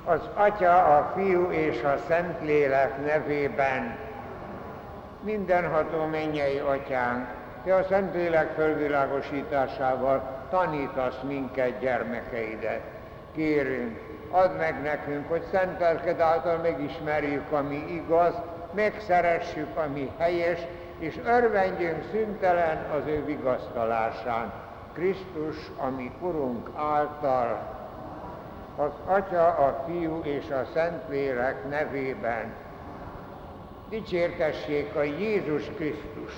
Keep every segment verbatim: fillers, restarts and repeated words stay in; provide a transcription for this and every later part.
Az Atya, a Fiú és a Szentlélek nevében. Mindenható mennyei Atyánk, Te a Szentlélek fölvilágosításával tanítasz minket, gyermekeidet. Kérünk, add meg nekünk, hogy szent lelked által megismerjük, ami igaz, megszeressük, ami helyes, és örvendjünk szüntelen az ő vigasztalásán. Krisztus, ami Urunk által, az Atya, a Fiú és a Szentlélek nevében. Dicsértessék a Jézus Krisztus!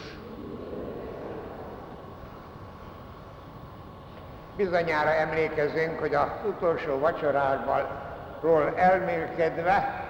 Bizonyára emlékezünk, hogy az utolsó vacsoráról elmélkedve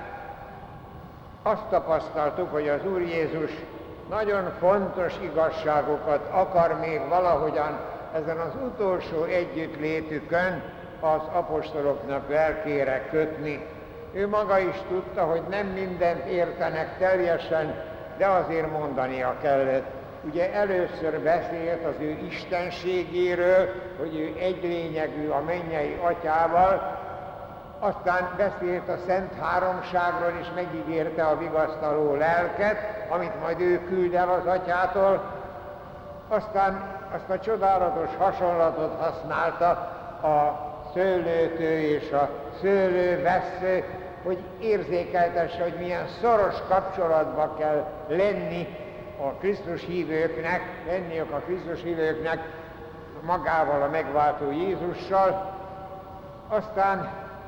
azt tapasztaltuk, hogy az Úr Jézus nagyon fontos igazságokat akar még valahogyan ezen az utolsó együttlétükön az apostoloknak lelkére kötni. Ő maga is tudta, hogy nem mindent értenek teljesen, de azért mondania kellett. Ugye először beszélt az ő istenségéről, hogy ő egylényegű a mennyei Atyával, aztán beszélt a Szent Háromságról, és megígérte a vigasztaló lelket, amit majd ő küld el az Atyától. Aztán azt a csodálatos hasonlatot használta a szőlőtő és a szőlővessző, hogy érzékeltesse, hogy milyen szoros kapcsolatba kell lenni a Krisztus hívőknek, lenniük a Krisztus hívőknek magával, a megváltó Jézussal. Aztán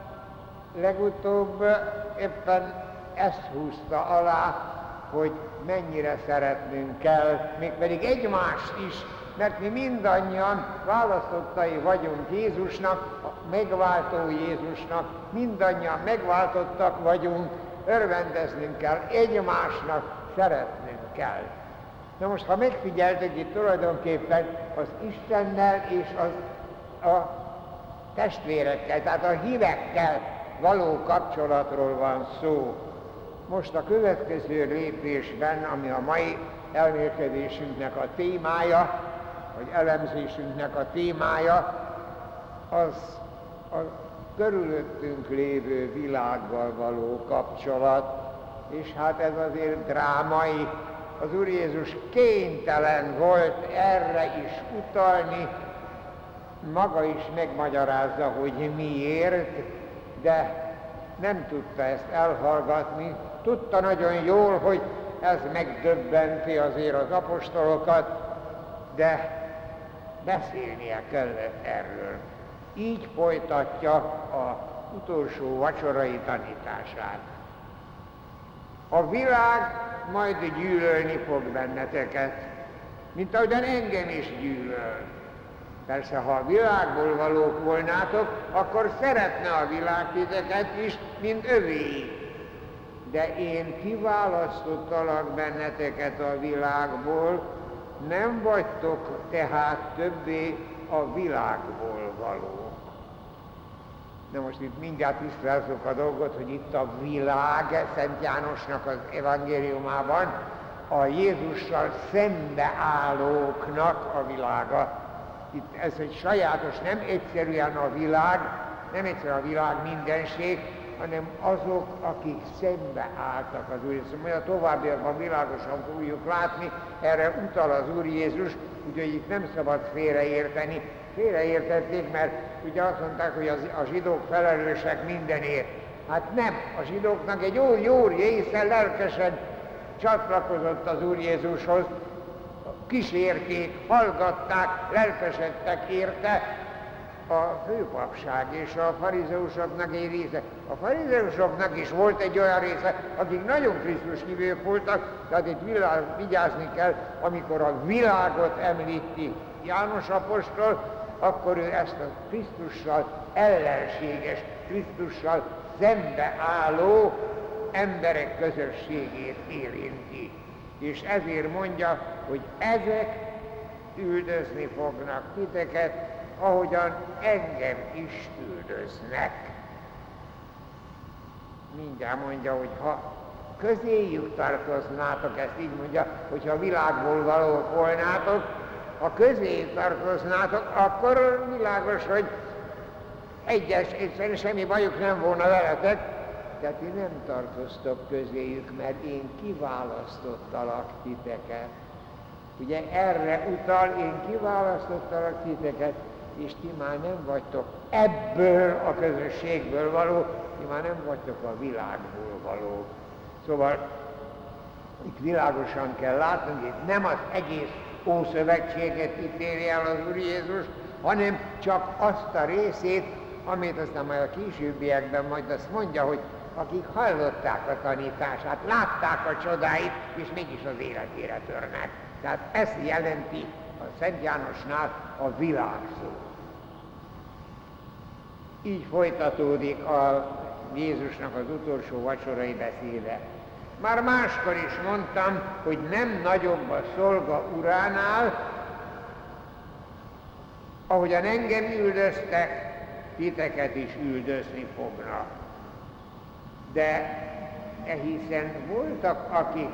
legutóbb éppen ezt húzta alá, hogy mennyire szeretnünk kell, mégpedig egymást is, mert mi mindannyian választottai vagyunk Jézusnak, a megváltó Jézusnak, mindannyian megváltottak vagyunk, örvendeznünk kell, egymásnak szeretnünk kell. Na most, ha megfigyeltek, itt tulajdonképpen az Istennel és az, a testvérekkel, tehát a hívekkel való kapcsolatról van szó. Most a következő lépésben, ami a mai elmélkedésünknek a témája, vagy elemzésünknek a témája, az a körülöttünk lévő világgal való kapcsolat, és hát ez azért drámai. Az Úr Jézus kénytelen volt erre is utalni, maga is megmagyarázza, hogy miért, de nem tudta ezt elhallgatni. Tudta nagyon jól, hogy ez megdöbbenti azért az apostolokat, de beszélnie kellett erről. Így folytatja az utolsó vacsorai tanítását. A világ majd gyűlölni fog benneteket, mint ahogyan engem is gyűlöl. Persze, ha a világból valók volnátok, akkor szeretne a világ titeket is, mint övé. De én kiválasztottalak benneteket a világból, nem vagytok tehát többé a világból valók. Na most itt mindjárt tisztázzuk a dolgot, hogy itt a világ, Szent Jánosnak az evangéliumában a Jézussal szembeállóknak a világa. Itt ez egy sajátos, nem egyszerűen a világ, nem egyszerűen a világ mindenség, hanem azok, akik szembeálltak az Úr Jézus. Majd a továbbiakban világosan fogjuk látni, erre utal az Úr Jézus, úgyhogy itt nem szabad félreérteni. Félreértették, mert ugye azt mondták, hogy az, a zsidók felelősek mindenért. Hát nem, a zsidóknak egy jó, jó része lelkesen csatlakozott az Úr Jézushoz, kísérték, hallgatták, lelkesedtek érte a főpapság és a farizeusoknak egy része. A farizeusoknak is volt egy olyan része, akik nagyon Krisztus hívők voltak, tehát itt vigyázni kell, amikor a világot említi János apostol, akkor ő ezt a Krisztussal ellenséges, Krisztussal szembeálló emberek közösségét érinti. És ezért mondja, hogy ezek üldözni fognak titeket, ahogyan engem is üldöznek. Mindjárt mondja, hogy ha közéjük tartoznátok, ezt így mondja, hogyha a világból valók volnátok, ha közéjük tartoznátok, akkor világos, hogy egyes, egyszerűen semmi bajuk nem volna veletek, tehát ti nem tartoztok közéjük, mert én kiválasztottalak titeket. Ugye erre utal, én kiválasztottalak titeket, és ti már nem vagytok ebből a közösségből való, ti már nem vagytok a világból való. Szóval itt világosan kell látni, hogy itt nem az egész Ószövetséget ítéli el az Úr Jézus, hanem csak azt a részét, amit aztán majd a későbbiekben majd azt mondja, hogy akik hallották a tanítását, látták a csodáit, és mégis az életére törnek. Tehát ezt jelenti a Szent Jánosnál a világ szó. Így folytatódik a Jézusnak az utolsó vacsorai beszéde. Már máskor is mondtam, hogy nem nagyobb a szolga uránál, ahogyan engem üldöztek, titeket is üldözni fognak. De hiszen voltak, akik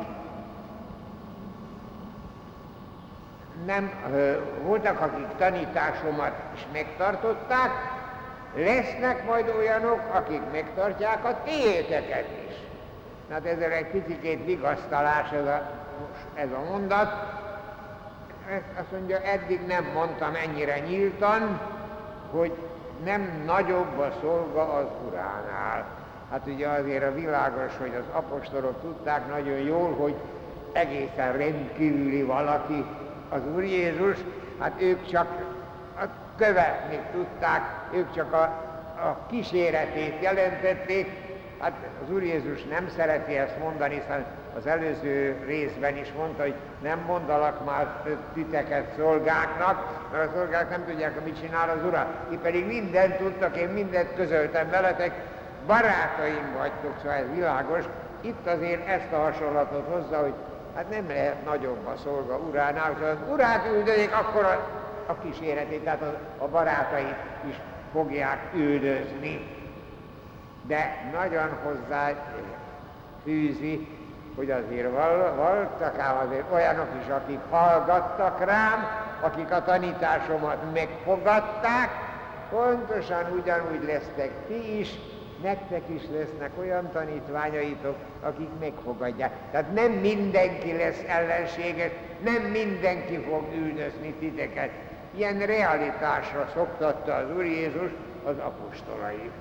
nem, voltak, akik tanításomat is megtartották, lesznek majd olyanok, akik megtartják a tiéteket is. Hát ezzel egy picikét vigasztalás ez a, ez a mondat. Ezt azt mondja, eddig nem mondtam ennyire nyíltan, hogy nem nagyobb a szolga az uránál. Hát ugye azért a világos, hogy az apostolok tudták nagyon jól, hogy egészen rendkívüli valaki az Úr Jézus, hát ők csak követni tudták, ők csak a, a kíséretét jelentették. Hát az Úr Jézus nem szereti ezt mondani, hiszen az előző részben is mondta, hogy nem mondalak már titeket szolgáknak, mert a szolgák nem tudják, mit csinál az Urat. Ti pedig mindent tudtak, én mindent közöltem veletek, barátaim vagytok, szóval ez világos. Itt azért ezt a hasonlatot hozza, hogy hát nem lehet nagyobb a szolga uránál, ha az urát üldözik, akkor a, a kíséretét, tehát a, a barátait is fogják üldözni. De nagyon hozzá fűzi, hogy azért voltak ám azért olyanok is, akik hallgattak rám, akik a tanításomat megfogadták, pontosan ugyanúgy lesztek ti is, nektek is lesznek olyan tanítványaitok, akik megfogadják. Tehát nem mindenki lesz ellenséges, nem mindenki fog üldözni titeket. Ilyen realitásra szoktatta az Úr Jézus az apostolait.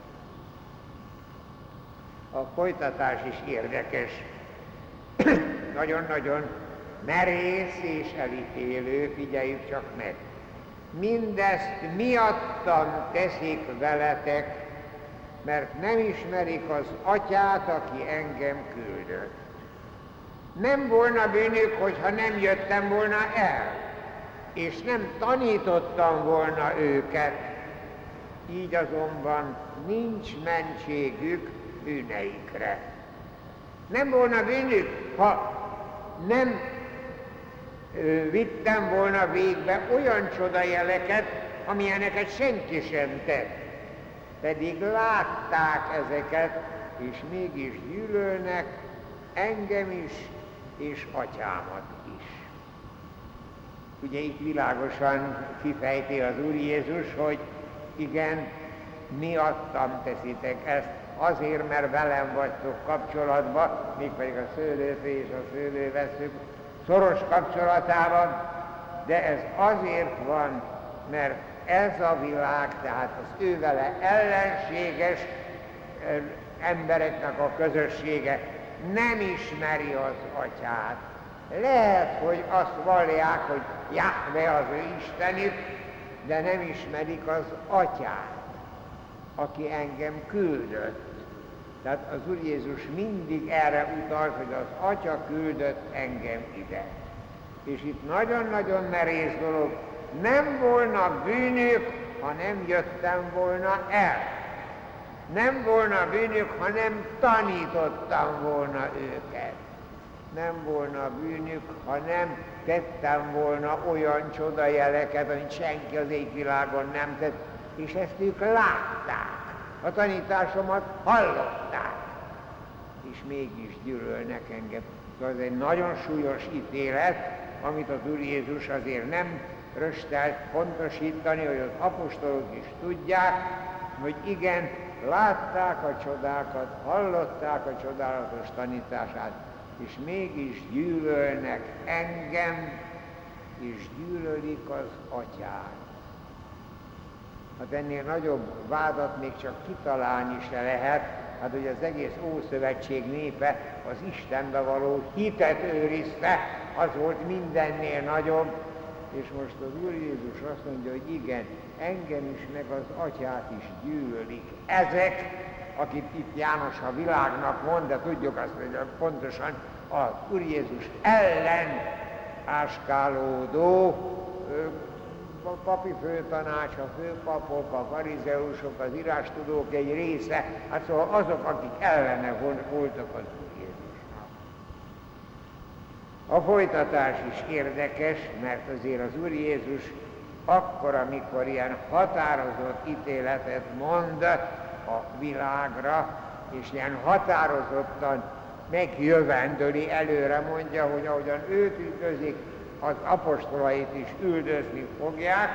A folytatás is érdekes. Nagyon-nagyon merész és elítélő, figyeljük csak meg. Mindezt miattam teszik veletek, mert nem ismerik az Atyát, aki engem küldött. Nem volna bűnük, hogyha nem jöttem volna el, és nem tanítottam volna őket. Így azonban nincs mentségük bűneikre. Nem volna bűnük, ha nem ö, vittem volna végbe olyan csodajeleket, amilyeneket senki sem tett. Pedig látták ezeket, és mégis gyűlölnek engem is, és atyámat is. Ugye itt világosan kifejti az Úr Jézus, hogy igen, miattam teszitek ezt, azért, mert velem vagytok kapcsolatban, mégpedig a szőlőfé és a szőlővesző szoros kapcsolatában, de ez azért van, mert ez a világ, tehát az ő vele ellenséges embereknek a közössége nem ismeri az Atyát. Lehet, hogy azt vallják, hogy Jahve az ő Istenük, de nem ismerik az Atyát, aki engem küldött. Tehát az Úr Jézus mindig erre utalt, hogy az Atya küldött engem ide. És itt nagyon-nagyon merész dolog, nem volna bűnük, ha nem jöttem volna el. Nem volna bűnük, ha nem tanítottam volna őket. Nem volna bűnük, ha nem tettem volna olyan csodajeleket, amit senki az égvilágon nem tett, és ezt ők látták. A tanításomat hallották, és mégis gyűlölnek engem. Ez egy nagyon súlyos ítélet, amit az Úr Jézus azért nem röstelt pontosítani, hogy az apostolok is tudják, hogy igen, látták a csodákat, hallották a csodálatos tanítását, és mégis gyűlölnek engem, és gyűlölik az atyát. Hát ennél nagyobb vádat még csak kitalálni se lehet, hát hogy az egész Ószövetség népe az Istenbe való hitet őrizte, az volt mindennél nagyobb, és most az Úr Jézus azt mondja, hogy igen, engem is, meg az atyát is gyűlölik. Ezek, akit itt János a világnak mond, de tudjuk azt, hogy pontosan az Úr Jézus ellen áskálódó a papi főtanács, a főpapok, a farizeusok, az írástudók egy része, hát szóval azok, akik ellene voltak az Úr Jézusnak. A folytatás is érdekes, mert azért az Úr Jézus akkor, amikor ilyen határozott ítéletet mond a világra, és ilyen határozottan megjövendöli, előre mondja, hogy ahogyan őt üldözik, az apostolait is üldözni fogják,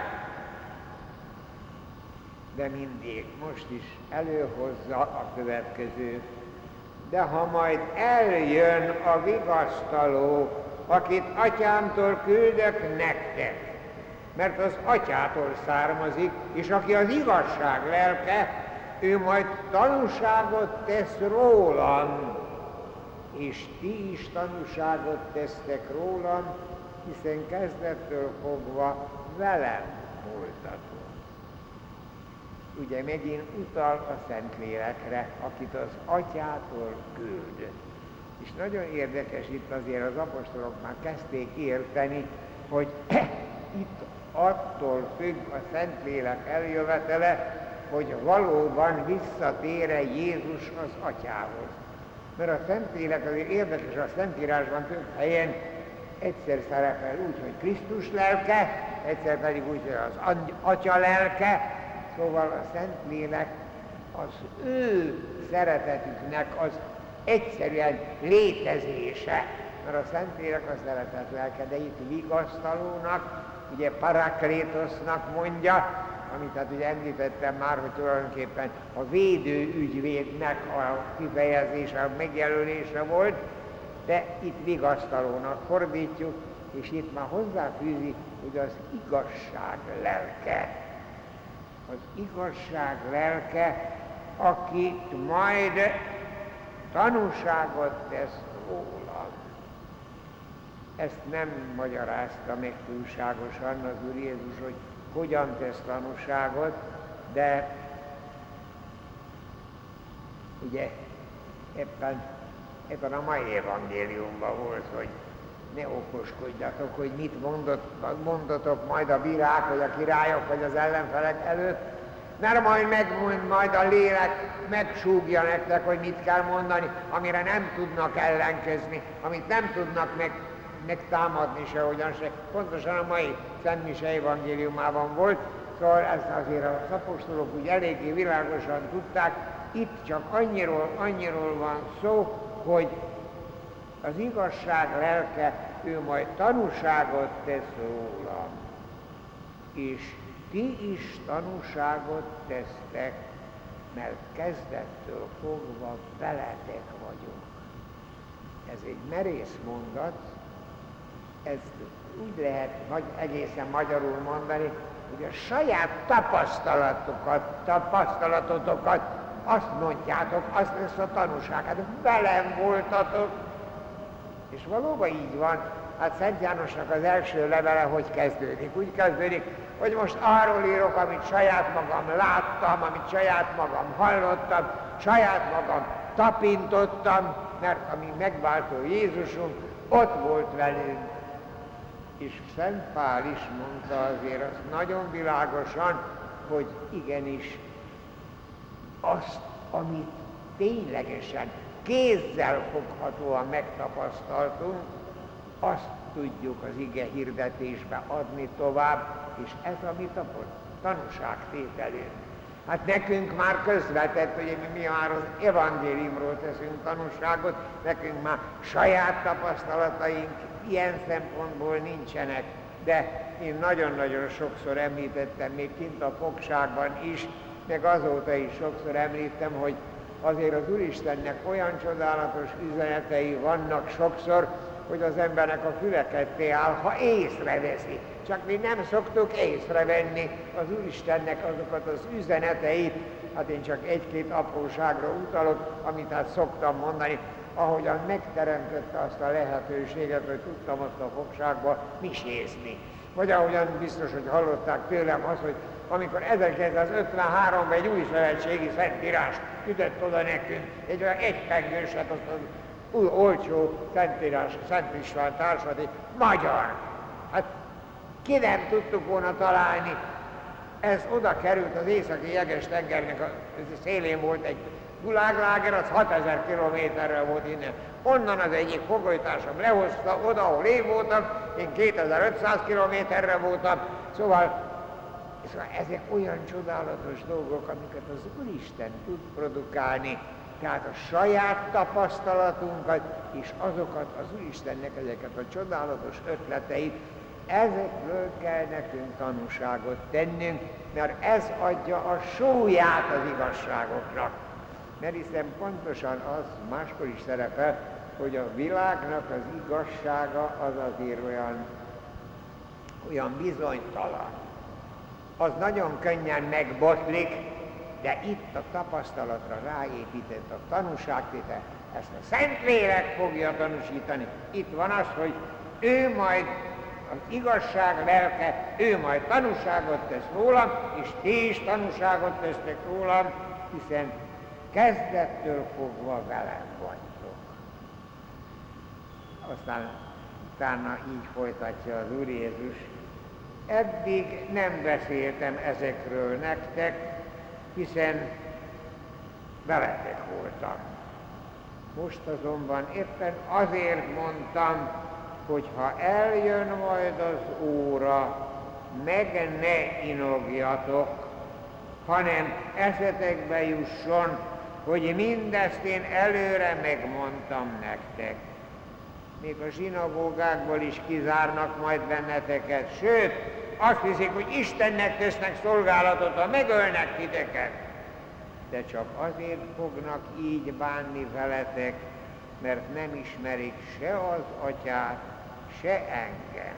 de mindig most is előhozza a következő. De ha majd eljön a vigasztaló, akit atyámtól küldök nektek, mert az atyától származik, és aki az igazság lelke, ő majd tanúságot tesz rólam, és ti is tanúságot tesztek rólam, hiszen kezdettől fogva velem voltatok. Ugye megint utal a Szentlélekre, akit az atyától küld. És nagyon érdekes itt azért az apostolok már kezdték érteni, hogy itt attól függ a Szentlélek eljövetele, hogy valóban visszatér-e Jézus az atyához. Mert a Szentlélek azért érdekes, a Szentírásban több helyen egyszer szerepel úgy, hogy Krisztus lelke, egyszer pedig úgy, hogy az Atya lelke, szóval a Szentlélek az ő szeretetüknek az egyszerűen létezése, mert a Szentlélek a szeretet lelke, de itt vigasztalónak, ugye Paraklétosznak mondja, amit hát ugye említettem már, hogy tulajdonképpen a védőügyvédnek a kifejezése, a megjelölése volt, de itt vigasztalónak fordítjuk, és itt már hozzáfűzi, hogy az igazság lelke. Az igazság lelke, akit majd tanúságot tesz rólam. Ezt nem magyarázta meg túlságosan az Úr Jézus, hogy hogyan tesz tanúságot, de ugye éppen, éppen a mai evangéliumban volt, hogy ne okoskodjatok, hogy mit mondott, mondotok majd a bírák, vagy a királyok, vagy az ellenfelek előtt, mert majd megmond, majd a lélek megsúgja nektek, hogy mit kell mondani, amire nem tudnak ellenkezni, amit nem tudnak meg, megtámadni sehogyan se. Pontosan a mai Szent Mise evangéliumában volt, szóval ezt azért az apostolok úgy eléggé világosan tudták, itt csak annyiról, annyiról van szó, hogy az igazság lelke, ő majd tanúságot tesz rólam, és ti is tanúságot tesztek, mert kezdettől fogva veletek vagyok. Ez egy merész mondat, ezt úgy lehet vagy egészen magyarul mondani, hogy a saját tapasztalatokat, tapasztalatotokat azt mondjátok, az lesz a tanúság. Hát velem voltatok. És valóban így van. Hát Szent Jánosnak az első levele hogy kezdődik? Úgy kezdődik, hogy most arról írok, amit saját magam láttam, amit saját magam hallottam, saját magam tapintottam, mert ami megváltó Jézusunk ott volt velünk. És Szent Pál is mondta azért azt nagyon világosan, hogy igenis azt, amit ténylegesen kézzel foghatóan megtapasztaltunk, azt tudjuk az ige hirdetésbe adni tovább, és ez a mi tanúságtételünk. Hát nekünk már közvetett, hogy mi, mi már az evangéliumról teszünk tanúságot, nekünk már saját tapasztalataink ilyen szempontból nincsenek, de én nagyon-nagyon sokszor említettem még kint a fogságban is, meg azóta is sokszor említem, hogy azért az Úristennek olyan csodálatos üzenetei vannak sokszor, hogy az embernek a füle ketté áll, ha észreveszi. Csak mi nem szoktuk észrevenni az Úristennek azokat az üzeneteit. Hát én csak egy-két apróságra utalok, amit hát szoktam mondani, ahogyan megteremtette azt a lehetőséget, hogy tudtam ott a fogságba misézni. Vagy ahogyan biztos, hogy hallották tőlem azt, hogy amikor ezerkilencszázötvenháromban egy új szövetségi szentírás ütött oda nekünk, egy olyan egypengőset, azt az új olcsó szentírás, Szent István társadi, magyar. Hát ki nem tudtuk volna találni. Ez oda került az északi jeges tengernek a szélén volt egy gulágláger, az hatezer kilométerre volt innen. Onnan az egyik fogolytársam lehozta oda, ahol én voltam, én kétezer-ötszáz kilométerre voltam, szóval, szóval ezek olyan csodálatos dolgok, amiket az Úristen tud produkálni, tehát a saját tapasztalatunkat és azokat az Úristennek ezeket a csodálatos ötleteit, ezekről kell nekünk tanúságot tennünk, mert ez adja a súlyát az igazságoknak. Mert hiszen pontosan az máskor is szerepel, hogy a világnak az igazsága az azért olyan, olyan bizonytalan. Az nagyon könnyen megbotlik, de itt a tapasztalatra ráépített a tanúságtétel, ezt a Szentlélek fogja tanúsítani. Itt van az, hogy ő majd az igazság lelke, ő majd tanúságot tesz rólam, és ti is tanúságot tesztek rólam, hiszen kezdettől fogva velem vagytok. Aztán utána így folytatja az Úr Jézus. Eddig nem beszéltem ezekről nektek, hiszen veletek voltam. Most azonban éppen azért mondtam, hogy ha eljön majd az óra, meg ne inogjatok, hanem eszetekbe jusson, hogy mindezt én előre megmondtam nektek. Még a zsinagógákból is kizárnak majd benneteket, sőt, azt hiszik, hogy Istennek tesznek szolgálatot, ha megölnek titeket. De csak azért fognak így bánni veletek, mert nem ismerik se az Atyát, se engem.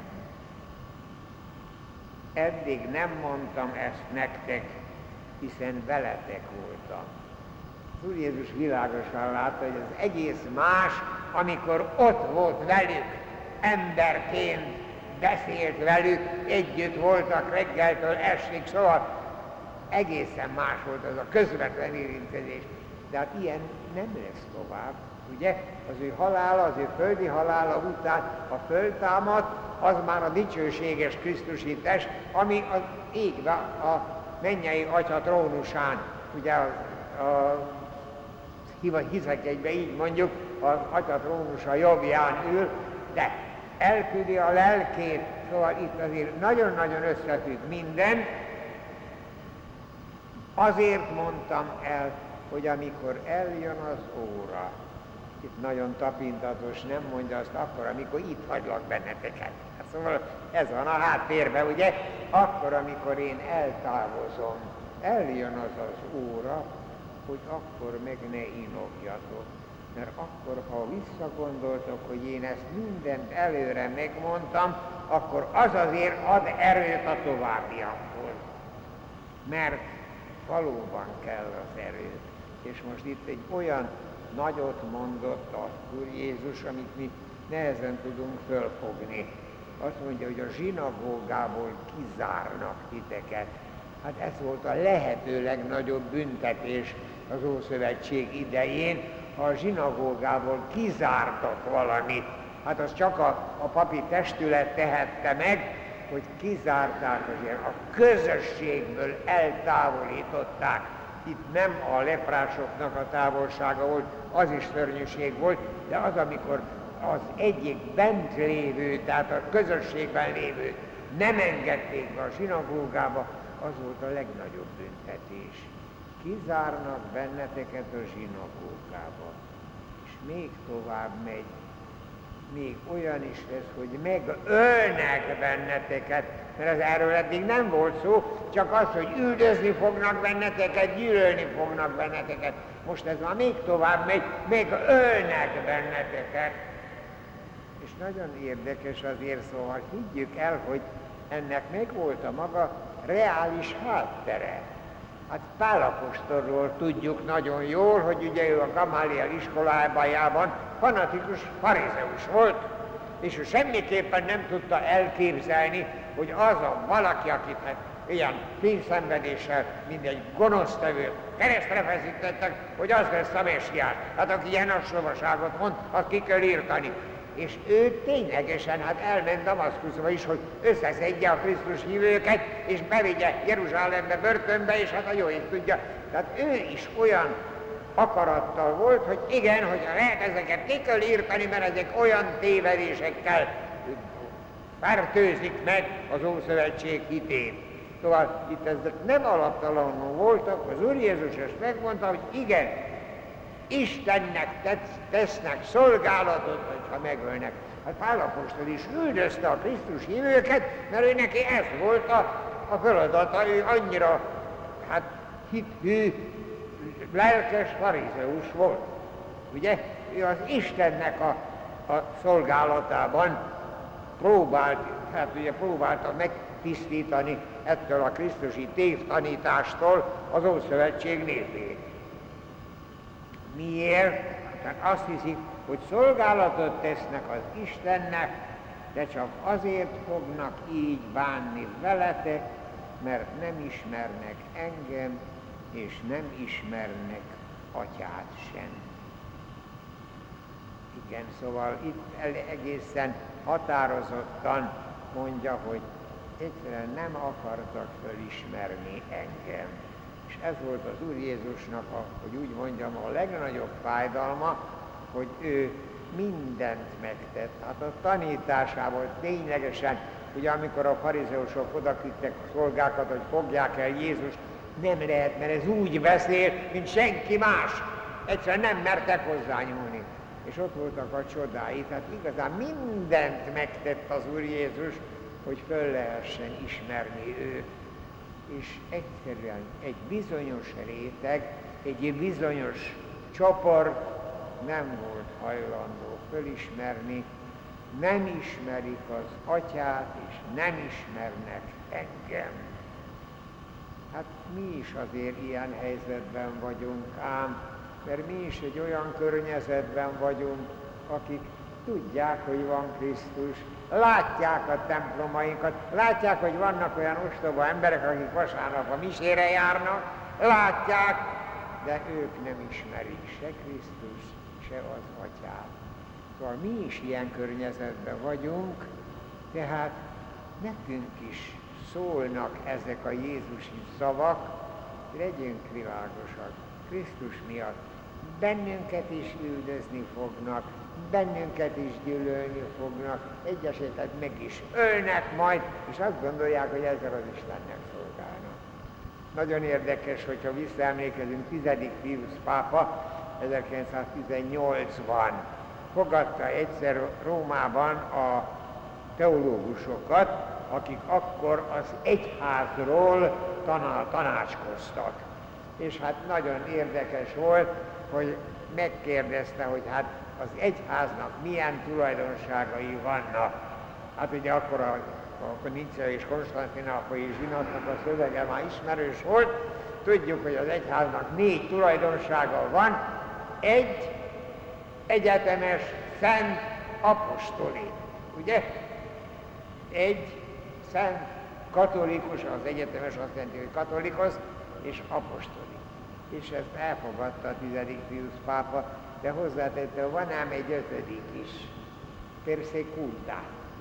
Eddig nem mondtam ezt nektek, hiszen veletek voltam. Az Úr Jézus világosan látta, hogy az egész más, amikor ott volt velük, emberként beszélt velük, együtt voltak reggeltől estig, szóval egészen más volt az a közvetlen érintkezés. De hát ilyen nem lesz tovább, ugye? Az ő halála, az ő földi halála után, ha föltámad, az már a dicsőséges Krisztusi test, ami az égve a mennyei Atya trónusán, ugye a, a hizekjegyben így mondjuk, az Atya trónusa jobbján ül, de elküldi a lelkét, szóval itt azért nagyon-nagyon összefügg minden. Azért mondtam el, hogy amikor eljön az óra, itt nagyon tapintatos, nem mondja azt akkor, amikor itt hagylak benneteket. Hát szóval ez van a háttérben, ugye? Akkor, amikor én eltávozom, eljön az az óra, hogy akkor meg ne inogjatok. Mert akkor, ha visszagondoltok, hogy én ezt mindent előre megmondtam, akkor az azért ad erőt a továbbiakhoz. Mert valóban kell az erő. És most itt egy olyan nagyot mondott az Úr Jézus, amit mi nehezen tudunk fölfogni. Azt mondja, hogy a zsinagógából kizárnak titeket. Hát ez volt a lehető legnagyobb büntetés az Ószövetség idején, ha a zsinagógából kizártak valamit. Hát az csak a, a papi testület tehette meg, hogy kizárták azért, a közösségből eltávolították. Itt nem a leprásoknak a távolsága volt, az is szörnyűség volt, de az, amikor az egyik bent lévő, tehát a közösségben lévő nem engedték be a zsinagógába, az volt a legnagyobb büntetés. Kizárnak benneteket a zsinagógába. És még tovább megy. még olyan is lesz, hogy megölnek benneteket, mert ez erről eddig nem volt szó, csak az, hogy üldözni fognak benneteket, gyűlölni fognak benneteket. Most ez már még tovább megy, megölnek benneteket. És nagyon érdekes azért, szóval higgyük el, hogy ennek meg volt a maga reális háttere. Hát Pál apostolról tudjuk nagyon jól, hogy ugye ő a Gamáliel iskolájában fanatikus farizeus volt, és ő semmiképpen nem tudta elképzelni, hogy az a valaki, akit hát ilyen fényszenvedéssel, mint egy gonosztevő keresztre feszítettek, hogy az lesz a messiás. Hát aki ilyen ostobaságot mond, azt ki kell írtani. És ő ténylegesen hát elment Damaszkuszba is, hogy összeszedje a Krisztus hívőket, és bevigye Jeruzsálembe, börtönbe, és hát a jó ég tudja. Tehát ő is olyan akarattal volt, hogy igen, hogy lehet ezeket ki kell írtani, mert ezek olyan tévedésekkel fertőzik meg az Ószövetség hitét. Szóval itt ezek nem alaptalanul voltak, az Úr Jézus ezt megmondta, hogy igen, Istennek tesznek szolgálatot, hogyha megölnek. Hát Pál apostol is üldözte a Krisztus hívőket, mert ő neki ez volt a, a feladata, ő annyira hát hithű, lelkes farizeus volt. Ugye? Ő az Istennek a, a szolgálatában próbált, hát ugye próbálta megtisztítani ettől a krisztusi tévtanítástól az Ószövetség népét. Miért? Tehát azt hiszik, hogy szolgálatot tesznek az Istennek, de csak azért fognak így bánni veletek, mert nem ismernek engem, és nem ismernek atyát sem. Igen, szóval itt egészen határozottan mondja, hogy egyszerűen nem akartak fölismerni engem. És ez volt az Úr Jézusnak, a, hogy úgy mondjam, a legnagyobb fájdalma, hogy ő mindent megtett. Hát a tanításával ténylegesen, ugye amikor a farizeusok odaküldtek a szolgákat, hogy fogják el Jézust, nem lehet, mert ez úgy beszél, mint senki más. Egyszerűen nem mertek hozzányúlni. És ott voltak a csodái, tehát igazán mindent megtett az Úr Jézus, hogy föl lehessen ismerni őt. És egyszerűen egy bizonyos réteg, egy bizonyos csoport nem volt hajlandó fölismerni, nem ismerik az atyát, és nem ismernek engem. Hát mi is azért ilyen helyzetben vagyunk ám, mert mi is egy olyan környezetben vagyunk, akik tudják, hogy van Krisztus, látják a templomainkat, látják, hogy vannak olyan ostoba emberek, akik vasárnap a misére járnak, látják, de ők nem ismerik se Krisztus, se az atyát. Szóval mi is ilyen környezetben vagyunk, tehát nekünk is szólnak ezek a Jézusi szavak, legyünk világosak, Krisztus miatt bennünket is üldözni fognak, bennünket is gyűlölni fognak, egyeseket meg is ölnek majd, és azt gondolják, hogy ezzel az Istennek szolgálnak. Nagyon érdekes, hogyha visszaemlékezünk, tizedik Piusz pápa ezerkilencszáztizennyolcban fogadta egyszer Rómában a teológusokat, akik akkor az egyházról taná- tanácskoztak. És hát nagyon érdekes volt, hogy megkérdezte, hogy hát az egyháznak milyen tulajdonságai vannak. Hát ugye akkor a, a Nicea és Konstantinápolyi zsinatnak a szövege már ismerős volt. Tudjuk, hogy az egyháznak négy tulajdonsága van. Egy egyetemes, szent, apostoli. Ugye? Egy szent, katolikus, az egyetemes azt jelenti, hogy katolikus és apostoli. És ezt elfogadta a tizedik Piusz pápa, de hozzátette, hogy van ám egy ötödik is, persecuta.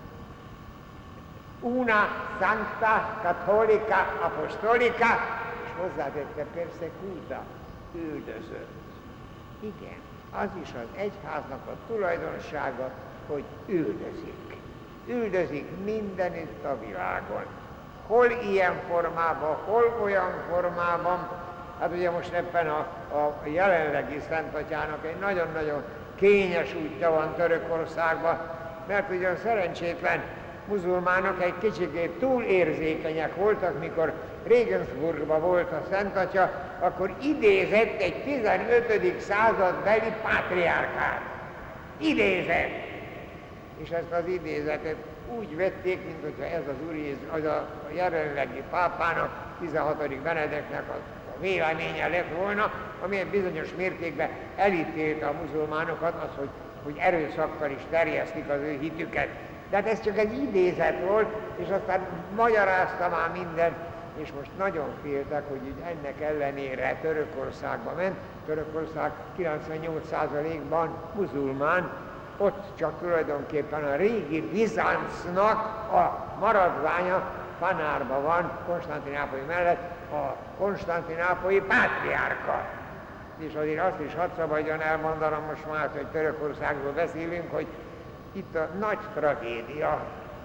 Una sancta catholica apostolica, és hozzátette persecuta, üldözött. Igen, az is az egyháznak a tulajdonsága, hogy üldözik. Üldözik mindenütt a világon. Hol ilyen formában, hol olyan formában. Hát ugye most ebben a, a jelenlegi Szent Atyának egy nagyon-nagyon kényes útja van Törökországban, mert ugye a szerencsétlen muzulmánok egy kicsikét túl érzékenyek voltak, mikor Regensburgban volt a Szent Atya, akkor idézett egy tizenötödik századbeli pátriárkát. Idézett! És ezt az idézetet úgy vették, mint hogyha ez az Úr Jézus, az a jelenlegi pápának, tizenhatodik Benedeknek a véleménye lett volna, ami egy bizonyos mértékben elítélte a muzulmánokat, az, hogy, hogy erőszakkal is terjesztik az ő hitüket. De hát ez csak egy idézet volt, és aztán magyarázta már mindent, és most nagyon féltek, hogy így ennek ellenére Törökországba ment. Törökország kilencvennyolc százalékban muzulmán, ott csak tulajdonképpen a régi Bizáncnak a maradványa, Fanárban van, Konstantinápoly mellett, a konstantinápolyi pátriárka. És azért azt is hadd szabadjon elmondanom most már, hogy Törökországról beszélünk, hogy itt a nagy tragédia,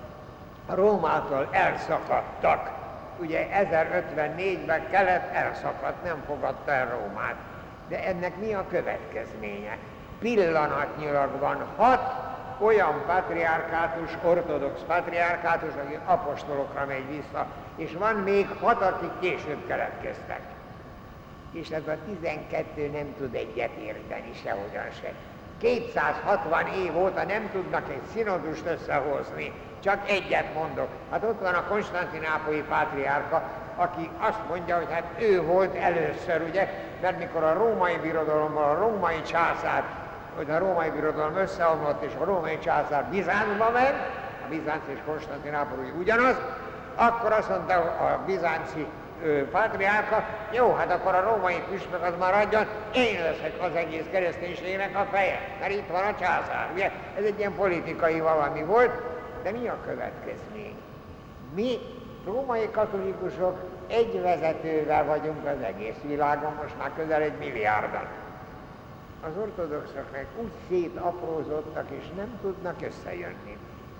Rómától elszakadtak. Ugye ezerötvennégyben kelet elszakadt, nem fogadta el Rómát. De ennek mi a következménye? Pillanatnyilag van hat olyan patriárkátus, ortodox patriárkátus, aki apostolokra megy vissza, és van még hat, akik később keletkeztek. És ez a tizenkettő nem tud egyet érteni sehogyan se. kétszázhatvan év óta nem tudnak egy szinodust összehozni. Csak egyet mondok. Hát ott van a konstantinápolyi pátriárka, aki azt mondja, hogy hát ő volt először, ugye, mert mikor a római birodalomban a római császár, hogy a római birodalom összeomlott, és a római császár Bizáncba ment, a Bizánc és konstantinápolyi ugyanaz, akkor azt mondta a bizánci ö, pátriárka, jó, hát akkor a római püspök az maradjon, én leszek az egész kereszténységnek a feje, mert itt van a császár, ugye? Ez egy ilyen politikai valami volt, de mi a következmény? Mi, római katolikusok, egy vezetővel vagyunk az egész világon, most már közel egy milliárdan. Az ortodoxok meg úgy szétaprózottak, és nem tudnak összejönni.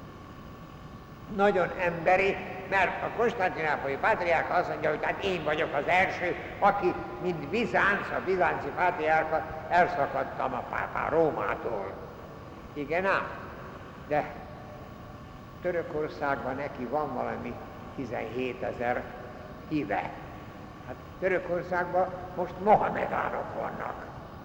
Nagyon emberi, mert a konstantinápolyi pátriárka azt mondja, hogy hát én vagyok az első, aki, mint Bizánc, a bizánci pátriárka, elszakadtam a pápá Rómától. Igen ám, de Törökországban neki van valami tizenhétezer híve. Hát Törökországban most mohamedánok vannak.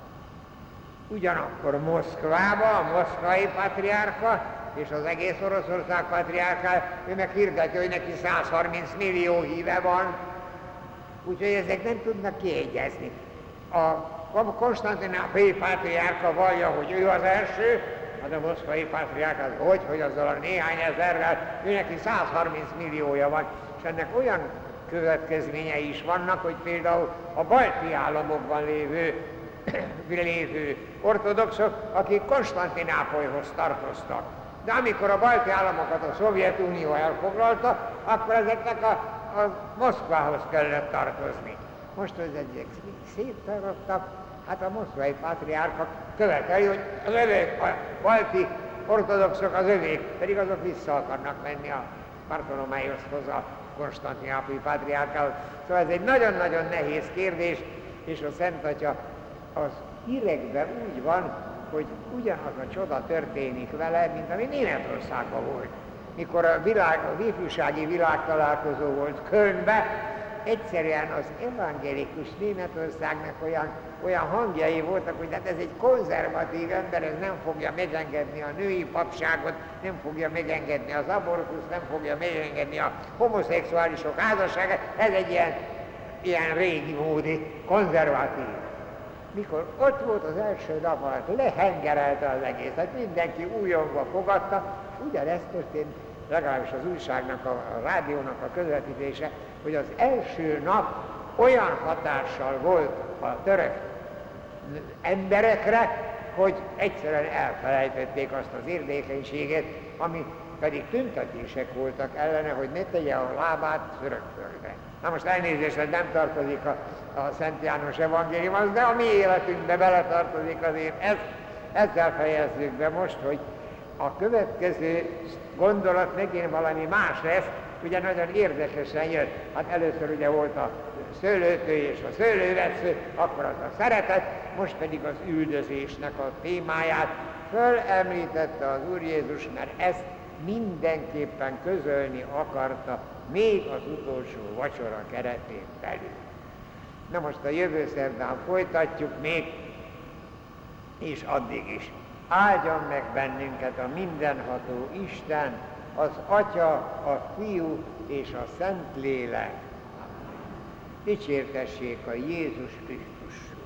Ugyanakkor Moszkvában a moszkvai patriárka és az egész Oroszország patriárká, ő meg hirdeti, hogy neki száz harminc millió híve van, úgyhogy ezek nem tudnak kiegyezni. A konstantinápolyi patriárka vallja, hogy ő az első, hát a moszkvai patriárka az hogy, hogy azzal a néhány ezerrel, ő neki száz harminc milliója van, és ennek olyan következményei is vannak, hogy például a balti államokban lévő lévő ortodoxok, akik Konstantinápolyhoz tartoztak. De amikor a balti államokat a Szovjetunió elfoglalta, akkor ezeknek a, a Moszkvához kellett tartozni. Most, hogy ezek széttarottak, hát a moszkvai pátriárka követeli, hogy az övék, a balti ortodoxok az övék, pedig azok vissza akarnak menni a Bartolomájoshoz, a konstantinápolyi pátriárkához. Szóval ez egy nagyon-nagyon nehéz kérdés, és a Szent Atya az hírekben úgy van, hogy ugyanaz a csoda történik vele, mint ami Németországban volt. Mikor a, világ, a ifjúsági világtalálkozó volt Kölnben, egyszerűen az evangélikus Németországnak olyan, olyan hangjai voltak, hogy hát ez egy konzervatív ember, ez nem fogja megengedni a női papságot, nem fogja megengedni az abortuszt, nem fogja megengedni a homoszexuálisok házasságát, ez egy ilyen, ilyen régi módi, konzervatív. Mikor ott volt az első nap alatt, lehengerelte az egészet, mindenki újongva fogadta, és ugyanezt történt, legalábbis az újságnak, a, a rádiónak a közvetítése, hogy az első nap olyan hatással volt a török emberekre, hogy egyszerűen elfelejtették azt az érzékenységet, ami pedig tüntetések voltak ellene, hogy ne tegye a lábát Törökföldre. Na most elnézést, ez nem tartozik a, a Szent János evangéliumhoz, de a mi életünkbe beletartozik azért. Ez, ezzel fejezzük be most, hogy a következő gondolat megint valami más lesz, ugye nagyon érdekesen jött. Hát először ugye volt a szőlőtő és a szőlővesző, akkor az a szeretet, most pedig az üldözésnek a témáját fölemlítette az Úr Jézus, mert ezt mindenképpen közölni akarta még az utolsó vacsora keretén belül. Na most a jövő szerdán folytatjuk még, és addig is. Áldjon meg bennünket a mindenható Isten, az Atya, a Fiú és a Szentlélek. Dicsértessék a Jézus Krisztus.